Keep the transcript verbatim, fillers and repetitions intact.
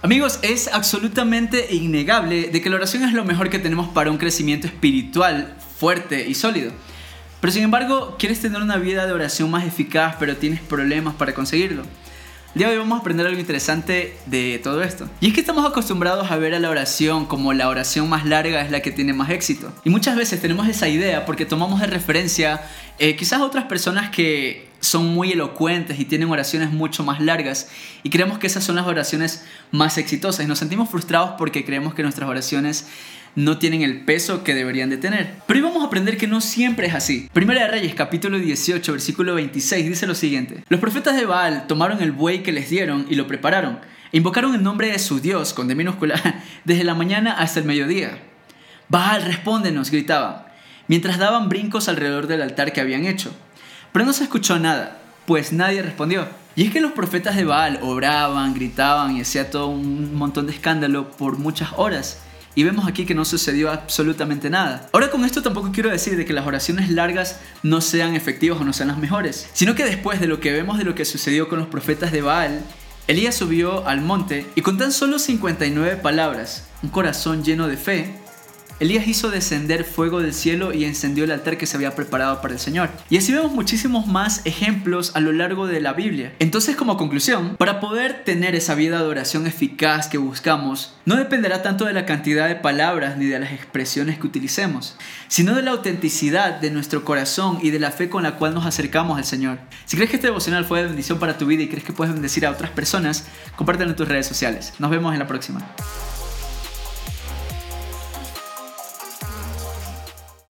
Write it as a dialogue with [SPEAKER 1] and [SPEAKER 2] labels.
[SPEAKER 1] Amigos, es absolutamente innegable de que la oración es lo mejor que tenemos para un crecimiento espiritual fuerte y sólido. Pero sin embargo, quieres tener una vida de oración más eficaz, pero tienes problemas para conseguirlo. El día de hoy vamos a aprender algo interesante de todo esto. Y es que estamos acostumbrados a ver a la oración como la oración más larga es la que tiene más éxito. Y muchas veces tenemos esa idea porque tomamos de referencia eh, quizás otras personas que son muy elocuentes y tienen oraciones mucho más largas y creemos que esas son las oraciones más exitosas y nos sentimos frustrados porque creemos que nuestras oraciones no tienen el peso que deberían de tener. Pero hoy vamos a aprender que no siempre es así. Primera de Reyes, capítulo dieciocho, versículo veintiséis, dice lo siguiente: Los profetas de Baal tomaron el buey que les dieron y lo prepararon, e invocaron el nombre de su Dios, con D minúscula, desde la mañana hasta el mediodía. Baal, respóndenos, gritaban, mientras daban brincos alrededor del altar que habían hecho. Pero no se escuchó nada, pues nadie respondió. Y es que los profetas de Baal oraban, gritaban y hacía todo un montón de escándalo por muchas horas. Y vemos aquí que no sucedió absolutamente nada. Ahora, con esto tampoco quiero decir de que las oraciones largas no sean efectivas o no sean las mejores, sino que después de lo que vemos de lo que sucedió con los profetas de Baal, Elías subió al monte y con tan solo cincuenta y nueve palabras, un corazón lleno de fe, Elías hizo descender fuego del cielo y encendió el altar que se había preparado para el Señor. Y así vemos muchísimos más ejemplos a lo largo de la Biblia. Entonces, como conclusión, para poder tener esa vida de oración eficaz que buscamos, no dependerá tanto de la cantidad de palabras ni de las expresiones que utilicemos, sino de la autenticidad de nuestro corazón y de la fe con la cual nos acercamos al Señor. Si crees que este devocional fue de bendición para tu vida y crees que puedes bendecir a otras personas, compártelo en tus redes sociales. Nos vemos en la próxima.